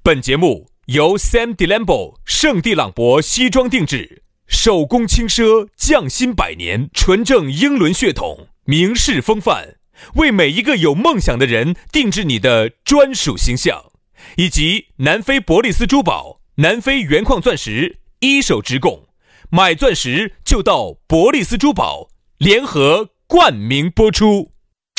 本节目由 Sam Delambo 圣地朗博西装定制，手工轻奢，匠心百年，纯正英伦血统，名士风范，为每一个有梦想的人定制你的专属形象。以及南非伯利斯珠宝、南非原矿钻石一手直供，买钻石就到伯利斯珠宝，联合冠名播出。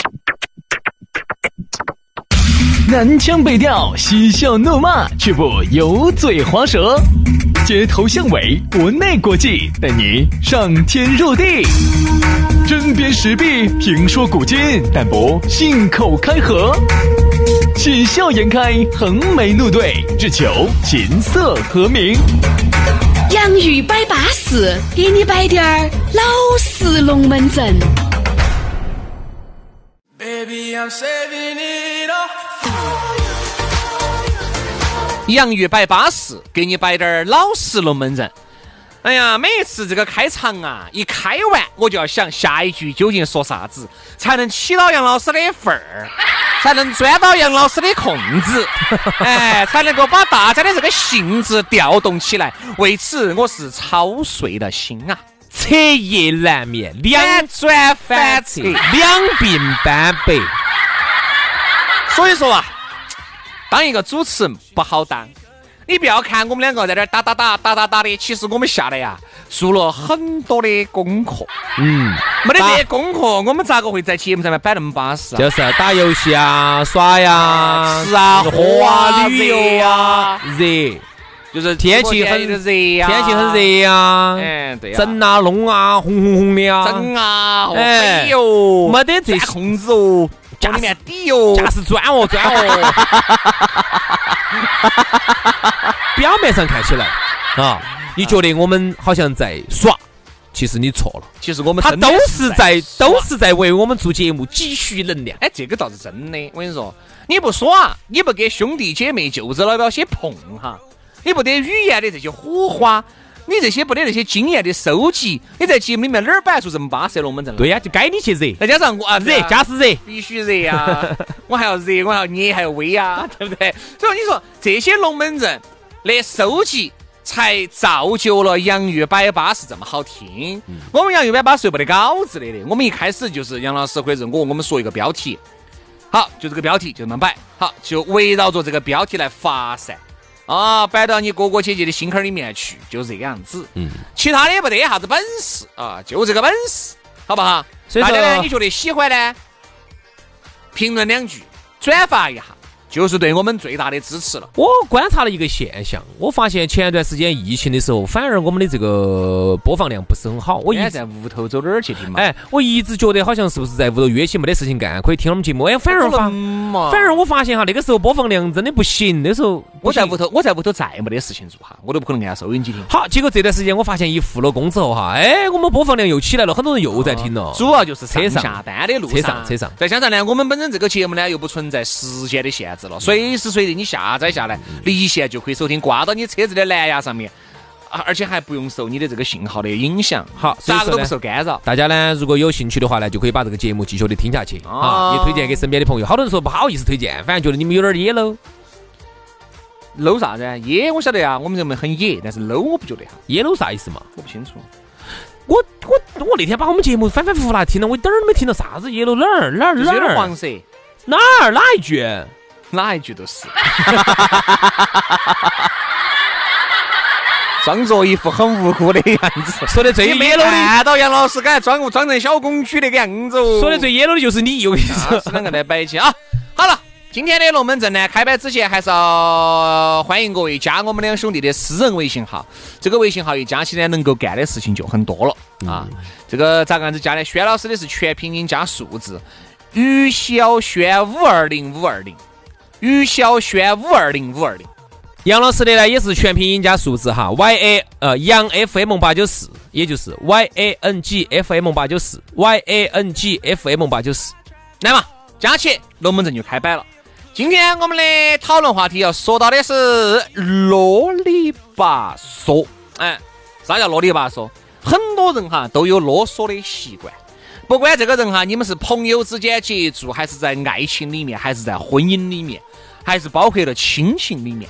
南腔北调，嬉笑怒骂，却不油嘴滑舌，街头巷尾，国内国际，带你上天入地，针砭时弊，评说古今，但不信口开河，喜笑颜开，横眉怒对，只求琴瑟和鸣。 洋芋摆巴士，给你摆点儿老式龙门阵。 Baby, I'm saving it all. 洋芋摆巴士，给你摆点老实龙门阵。哎呀，每次这个开场啊，一开完我就要想下一句究竟说啥子，才能起到杨老师的份儿，才能钻到杨老师的空子，哎，才能够把大家的这个兴致调动起来。为此，我是操碎了心啊！ 彻夜难眠，两转反侧， 两鬓斑白。 所以说啊，当一个主持人不好当。你不要看我们两个在这打的，其实我们下来呀做了很多的功课。没得这些功课，我们咋个会在节目上面摆那么巴适啊？ 就是打游戏啊、耍呀、 吃啊、喝啊、 旅游啊，热。 就是天气很热呀， 天气很热呀， 对呀， 整啊弄啊，红红红的呀， 整啊，哎呦， 没得这控制哦，家里面底哦， 驾驶转哦，表面上看起来啊，你觉得我们好像在耍，其实你错了， 其实我们他都是在为我们做节目积蓄能量。 哎，这个倒是真的。我跟你说，你不耍，你不给兄弟姐妹舅子老表些碰哈。你不得语言的这些火花，你这些不得那些经验的收集，你在节目里面哪儿摆出这么巴适龙门阵了？ 对呀，就该你去热， 再加上我啊热，加是热， 必须热呀！我还要热，我还要捏，还要微呀，对不对？所以你说这些龙门阵的收集，才造就了洋芋摆巴士这么好听。我们洋芋摆巴士又没得稿子的，我们一开始就是杨老师或者我们说一个标题，好，就这个标题就这么摆，好，就围绕着这个标题来发散。啊，摆到你哥哥姐姐的心坎里面去，就这个样子。其他的也不得啥子本事啊，就这个本事，好不好？ 所以说大家呢，你觉得喜欢呢？评论2句，转发一下，就是对我们最大的支持了。 我观察了一个现象，我发现前段时间疫情的时候，反而我们的这个播放量不是很好。我一直在屋头走哪儿去听嘛？ 哎，我一直觉得好像是不是在屋头约起没得事情干，可以听我们节目。哎，反而我发现哈，那个时候播放量真的不行。那时候我在屋头再没得事情做哈，我都不可能按收音机听。 好，结果这段时间我发现一付了工之后哈，哎，我们播放量又起来了，很多人又在听了。 主要就是上下班的路上， 车上。 再加上呢，我们本身这个节目呢又不存在时间的限制了，随时随地你下载下来，离线就可以收听，挂到你车子的蓝牙上面，而且还不用受你的这个信号的影响。 好， 啥个都不受干扰。 大家呢，如果有兴趣的话呢，就可以把这个节目继续的听下去啊，也推荐给身边的朋友。好多人说不好意思推荐，反正觉得你们有点野喽。 搂啥子？野我晓得呀，我们人们很野，但是搂我不觉得哈。 野搂啥意思嘛？ 我不清楚。 我那天把我们节目反反复复来听了，我一点儿都没听到啥子野搂哪儿有点黄色。 哪一句？ 哪一句都是。装作一副很无辜的样子， 说的最野搂的。 看到杨老师刚才装成小公举那个样子哦。 说的最野搂的就是你，我跟你说， 是两个来摆起啊。好了。今天的龙门阵呢，开摆之前还是要欢迎各位加我们两兄弟的私人微信号。这个微信号一加起来能够干的事情就很多了啊。这个咋个样子加呢？轩老师的是全拼音加数字，于小轩520520，于小轩520520。 杨老师的呢也是全拼音加数字哈杨 FM894，也就是 YANGFM894，YANGFM894。 来嘛，加起龙门阵就开摆了。今天我们的讨论话题要说到的是啰里吧嗦。哎，啥叫啰里吧嗦？很多人哈都有啰嗦的习惯，不管这个人哈，你们是朋友之间接触，还是在爱情里面，还是在婚姻里面，还是包括了亲情里面，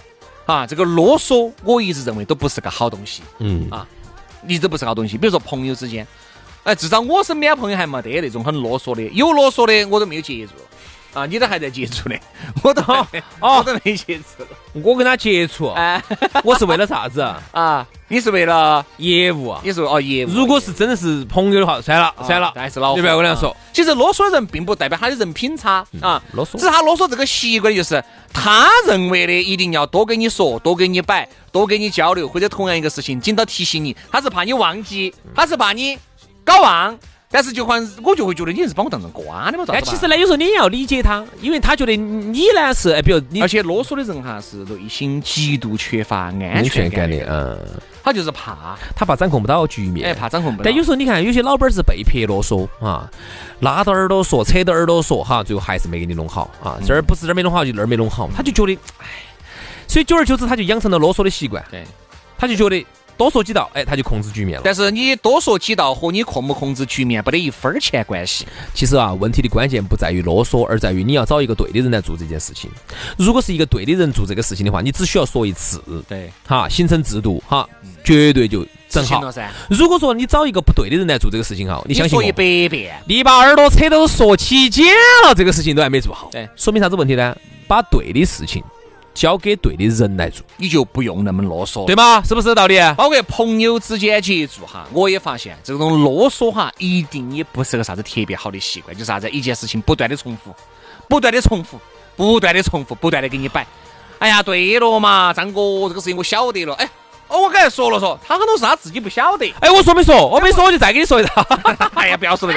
这个啰嗦，我一直认为都不是个好东西。一直不是好东西。比如说朋友之间，至少我身边朋友还没得那种很啰嗦的，有啰嗦的我都没有接触。你都还在接触的，我都没接触了。 我跟他接触，我是为了啥子你是为了业务， 你是业务。 如果是真的是朋友的话，算了， 还是老。 你不要跟他说。 其实啰嗦的人并不代表他的人品差啰嗦， 只是他啰嗦这个习惯，就是他认为的一定要多跟你说，多跟你摆，多跟你交流，或者同样一个事情紧到提醒你，他是怕你忘记，他是怕你搞忘。但是我就会觉得你是把我当成瓜的嘛。 但其实呢，有时候你也要理解他，因为他觉得你呢是比如你， 而且啰嗦的人是内心极度缺乏安全感的。他就是怕掌控不到局面， 怕掌控不到。 但有时候你看，有些老板是被迫啰嗦拉到耳朵说，扯到耳朵说最后还是没给你弄好这儿不是这儿没弄好就那儿没弄好，他就觉得所以久而久之他就养成了啰嗦的习惯。对，他就觉得多说几道，他就控制局面了。 但是你多说几道和你控不控制局面没得一分钱关系。 其实问题的关键不在于啰嗦，而在于你要找一个对的人来做这件事情。如果是一个对的人做这个事情的话，你只需要说一次， 对， 形成制度，绝对就整好了噻。 如果说你找一个不对的人来做这个事情你相信我， 说一百遍， 你把耳朵扯到说起茧了，这个事情都还没做好。 对， 说明啥子问题呢？把对的事情交给对的人来做， 你就不用那么啰嗦， 对吗？是不是道理？ 包括朋友之间接触我也发现这种啰嗦一定也不是个啥子特别好的习惯，就是啥子一件事情不断的重复，不断的给你摆。哎呀，对了嘛，张哥，这个事情我晓得了。我刚才说了，他很多是他自己不晓得。 我说没说？我没说，我就再给你说一道。 哎呀，不要说了。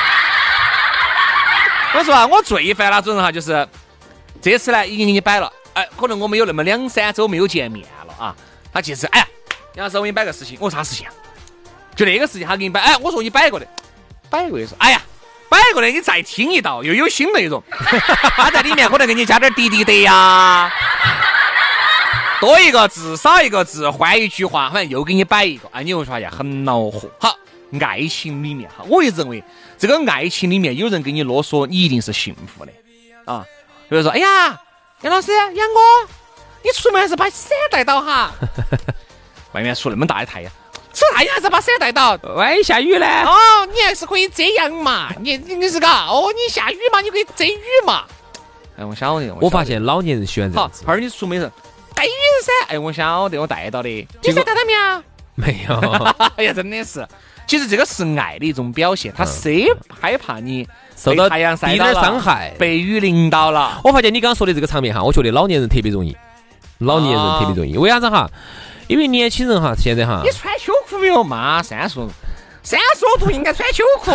我说我最烦那种人就是这次呢已经给你摆了。可能我们有那么2-3周没有见面了他其实杨老师我给你摆个事情，我说啥事情就那个事情他给你摆，我说你摆过的说，摆过的你再听一道又有新内容，他在里面可能给你加点滴滴的呀，多一个字少一个字换一句话，反正又给你摆一个，你会发现很恼火。好，爱情里面我也认为这个爱情里面有人给你啰嗦，你一定是幸福的比如说杨老师、杨哥，你出门还是把伞带到外面出那么大的太阳，出太阳还是把伞带到， 万一下雨呢？ 你还是可以这样嘛，你是个你下雨嘛，你可以遮雨嘛。我晓得。 我发现老年人喜欢这样子。 而你出门是带雨伞，我晓得我带到的。你伞带到没有？ 没有。 哎呀，真的是。其实这个是爱的一种表现，他害怕你受到太阳晒到了，伤害， 被雨淋到了。 我发现你刚刚说的这个场面我觉得老年人特别容易，为啥子因为年轻人现在你穿秋裤没有嘛？35度应该穿秋裤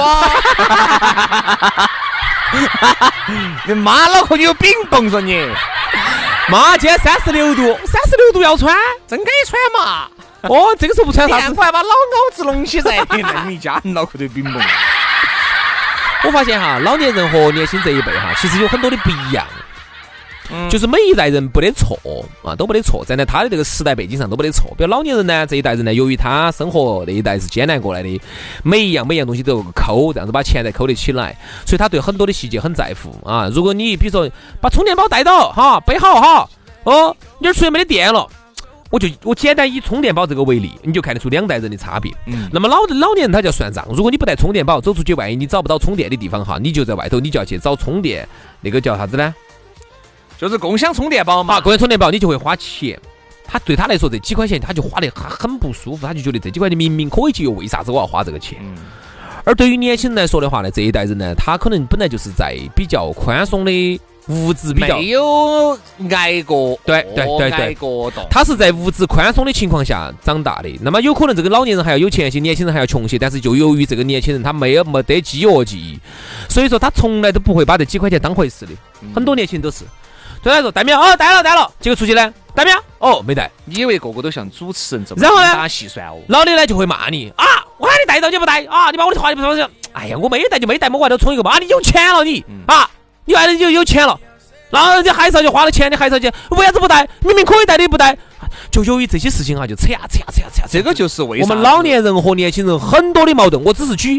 你妈脑壳你有饼蹦说你妈，今天36度要穿， 真可以穿嘛？ 这个时候不穿啥子？ 我还把脑子隆起噻，你家脑壳都饼蹦。 我发现老年人和年轻这一辈其实有很多的不一样。就是每一代人不得错都不得错，站在他的这个时代背景上都不得错。比如老年人呢，这一代人呢，由于他生活那一代是艰难过来的，每一样东西都有个抠，这样子把钱再抠得起来，所以他对很多的细节很在乎如果你比如说把充电宝带到背好你这出去没得电了，我简单以充电宝这个为例，你就看得出两代人的差别。那么老年人他就要算账，如果你不带充电宝走出去，万一你找不到充电的地方你就在外头，你就要去找充电，那个叫啥子呢？ 就是共享充电宝嘛。 共享充电宝你就会花钱，他对他来说这几块钱他就花得很不舒服，他就觉得这几块钱明明可以节约，为啥子我要花这个钱？而对于年轻人来说的话呢，这一代人呢，他可能本来就是在比较宽松的物质比较没有挨过， 对，他是在物质宽松的情况下长大的。那么有可能这个老年人还要有钱些，年轻人还要穷些，但是就由于这个年轻人他没得饥饿记忆，所以说他从来都不会把这几块钱当回事的。很多年轻人都是对他说带没有带了，结果出去呢带没有没带。 你以为个个都像主持人这么然后呢打细算老的呢就会骂你我喊你带到你不带你把我的话你不说，哎呀我没带就没带，我外头充一个你有钱了你你外头就有钱了，然后你还是要花了钱，你还是要钱，为啥子不带？明明可以带的不带。就由于这些事情就扯呀， 这个就是为我们老年人和年轻人很多的矛盾。我只是举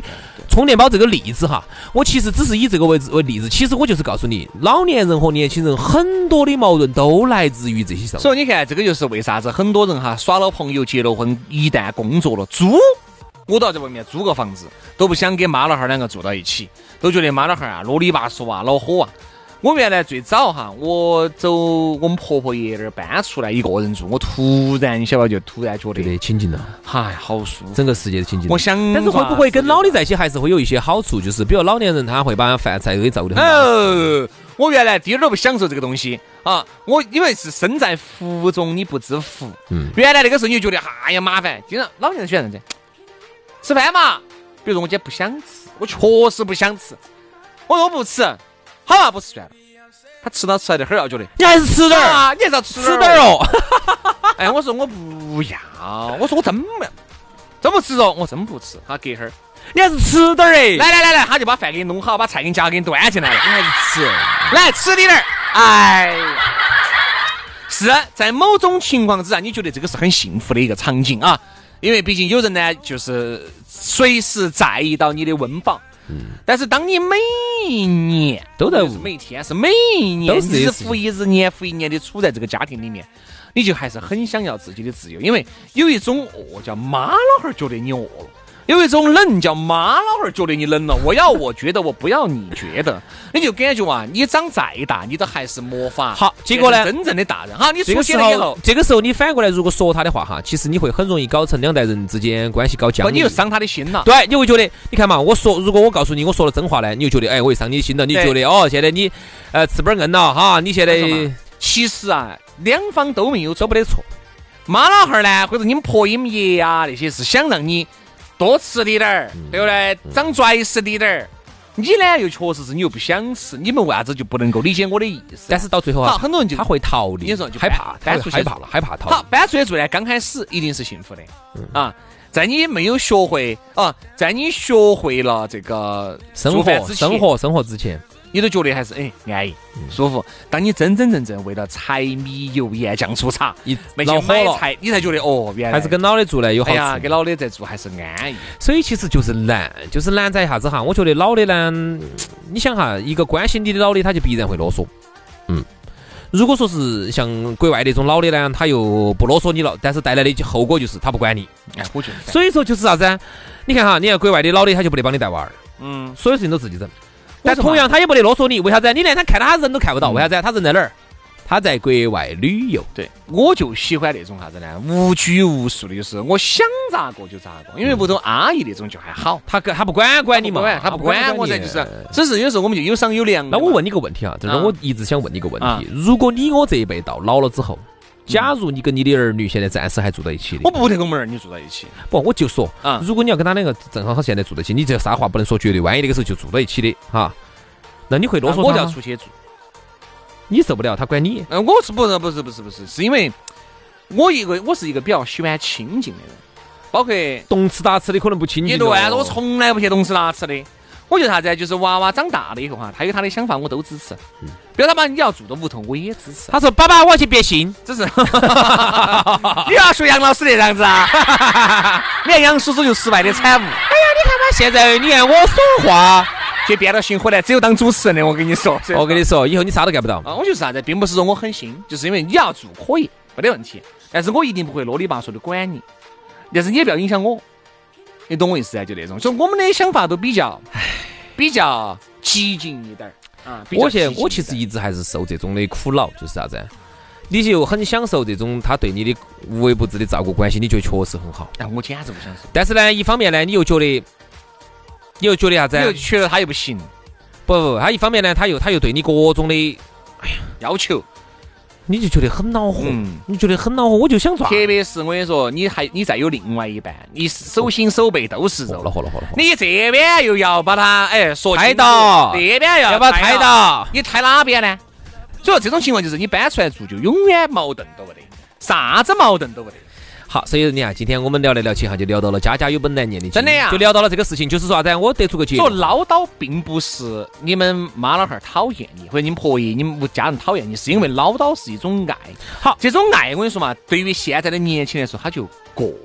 充电宝这个例子哈，我其实只是以这个为例子，其实我就是告诉你，老年人和年轻人很多的矛盾都来自于这些上。 所以你看，这个就是为啥子很多人哈耍了朋友结了婚，一旦工作了我都要在外面租个房子，都不想跟妈老汉儿两个住到一起，都觉得妈老汉儿啊啰里吧嗦啊恼火啊。我原来最早哈，我走我们婆婆爷那儿搬出来一个人住，我突然觉得清静了， 嗨，好舒服， 整个世界的清静。 我想， 但是会不会跟老的在一起还是会有一些好处？就是比如老年人他会把饭菜给照顾得很好。 我原来第一点都不享受这个东西啊，我因为是身在福中你不知福。原来那个时候你就觉得哎呀麻烦，经常老年人喜欢啥子？吃饭嘛，比如说我今天不想吃，我确实不想吃，我说我不吃。好啊，不吃算了。他吃到吃来的很要觉得， 你还是吃点啊，你还是要吃点哦。 哎，我说我不要，我说我真不吃肉，我真不吃。他隔会儿， 你还是吃点哎。 来，他就把饭给你弄好，把菜给你夹，给你端进来了。 你还是吃， 来吃点儿。哎，是在某种情况之下，你觉得这个是很幸福的一个场景啊，因为毕竟有人呢，就是随时在意到你的温饱。但是当你每一年都在每天是每一年日复一日年复一年的处在这个家庭里面，你就还是很想要自己的自由，因为有一种饿叫妈老汉儿觉得你饿了，有一种冷叫妈老汉儿觉得你冷了。我要我觉得，我不要你觉得，你就感觉啊，你长再大，你都还是没法。 好，结果呢， 真正的大人哈，你出现了以后，这个时候你反过来如果说他的话哈，其实你会很容易搞成两代人之间关系搞僵。 你又伤他的心了。 对，你会觉得，你看嘛，如果我告诉你我说了真话呢，你就觉得哎，我又伤你的心了，你就觉得哦，现在你翅膀硬了哈，你现在其实啊，两方都没有都不得错。 妈老汉儿呢，或者你们婆你们爷啊那些是想让你多吃点儿，对不对？长拽实点儿。你呢又确实是你又不想吃，你们为啥子就不能够理解我的意思？ 但是到最后啊， 很多人就他会逃离， 你说就害怕逃离。 好，搬出去住呢，刚开始一定是幸福的啊。在你没有学会啊，在你学会了这个生活之前， 你都觉得还是安逸舒服。当你真正为了柴米油盐酱醋茶没去买菜，你才觉得哦，原来还是跟老的住呢有好处。 跟老的在住还是安逸。 所以其实就是难在一下子哈。我觉得老的呢，你想哈，一个关心你的老的，他就必然会啰嗦。如果说是像国外那种老的呢，他又不啰嗦你了，但是带来的后果就是他不管你。 我觉得。 所以说就是啥子？你看哈，你看国外的老的，他就不得帮你带娃儿，所有事情都自己整。但同样他也不得啰嗦你，为啥子？你连他看他人都看不到，为啥子？他人在哪儿？他在国外旅游。 对，我就喜欢那种啥子呢？无拘无束的，就是我想咋个就咋个。因为屋头阿姨那种就还好， 他不管你嘛， 他不管我噻，就是只是有时候我们就有商有量。 那我问你个问题啊，这是我一直想问你个问题：如果你我这一辈到老了之后，假如你跟你的儿女现在暂时还住在一起的， 我不得跟我们儿女住在一起。 不，我就说如果你要跟他两个正好现在住在一起，你这啥话不能说绝对，万一那个时候就住在一起的哈，那你会啰嗦他？ 我就要出去住。 你受不了他管你？ 我是不是，是因为我是一个比较喜欢清静的人，包括动词打词的可能不清静。 对，我从来不去动词打词的。我觉得啥子？就是娃娃长大了以后哈，他有他的想法，我都支持。比如他把你要住到屋头，我也支持。 他说：“爸爸，我要去变性。” 只是你要学杨老师那样子啊！你看杨叔叔就失败的产物。哎呀， 你看嘛，现在你看我说话。 就变了性回来，只有当主持人的。我跟你说， 以后你啥都干不到啊！我就是啥子，并不是说我很新，就是因为你要住可以，没得问题。但是我一定不会啰里吧嗦的管你，但是你也不要影响我，你懂我意思啊？就那种，所以我们的想法都比较激进一点啊。 我其实一直还是受这种的苦恼，就是啥子？你就很享受这种他对你的无微不至的照顾关系，你觉得确实很好。 我简直不享受。 但是呢，一方面呢，你又觉得啥子？ 你又觉得他又不行。 不，他一方面呢，他又对你各种的要求， 你就觉得很恼火。你觉得很恼火，我就想抓。 特别是我跟你说，你再有另外一半，你手心手背都是肉。 好了。 你这边又要把他说抬到， 那边要把他抬到， 你抬哪边呢？所以这种情况就是你搬出来住就永远矛盾都不得，啥子矛盾都不得。 好，所以你看，今天我们聊来聊去哈，就聊到了家家有本难念的经， 真的呀， 就聊到了这个事情，就是说啥子？我得出个结论。 说唠叨并不是你们妈老汉儿讨厌你，或者你们婆爷、你们家人讨厌你，是因为唠叨是一种爱。好，这种爱我跟你说嘛，对于现在的年轻人来说，他就过了。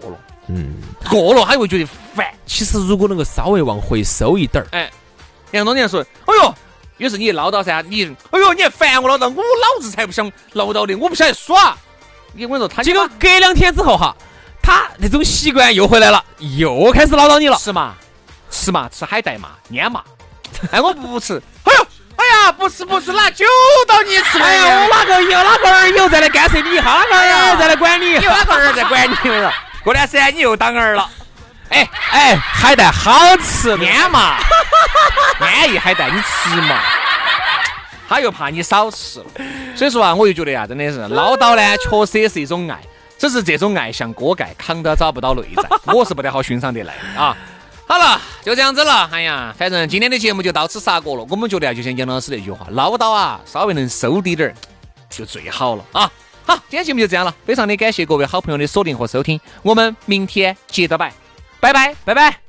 过了他会觉得烦。 其实如果能够稍微往回收一点儿， 哎，杨东年说，哎呦，于是你唠叨噻，你，哎呦，你还烦我唠叨，我老子才不想唠叨的，我不想耍。我跟你说，他结果隔2天之后哈，他那种习惯又回来了，又开始唠叨你了。 吃嘛，吃海带嘛，蔫嘛。哎，我不吃。哎呦，哎呀，不是，那就到你吃。 哎呀，我哪个儿又再来干涉你，哪个儿再来管你， 哪个儿在管你了？过段时间你又当儿了。 哎，海带好吃， 蔫嘛，安逸海带你吃嘛。他又怕你少吃，所以说啊，我就觉得呀，真的是唠叨呢，确实也是一种爱，只是这种爱像锅盖，扛得找不到内在，我是不得好欣赏得来啊。好了，就这样子了。哎呀，反正今天的节目就到此杀过了。我们觉得啊，就像杨老师那句话，唠叨啊，稍微能收低点儿就最好了啊。好，今天节目就这样了，非常的感谢各位好朋友的锁定和收听，我们明天接着拜，拜拜，拜拜。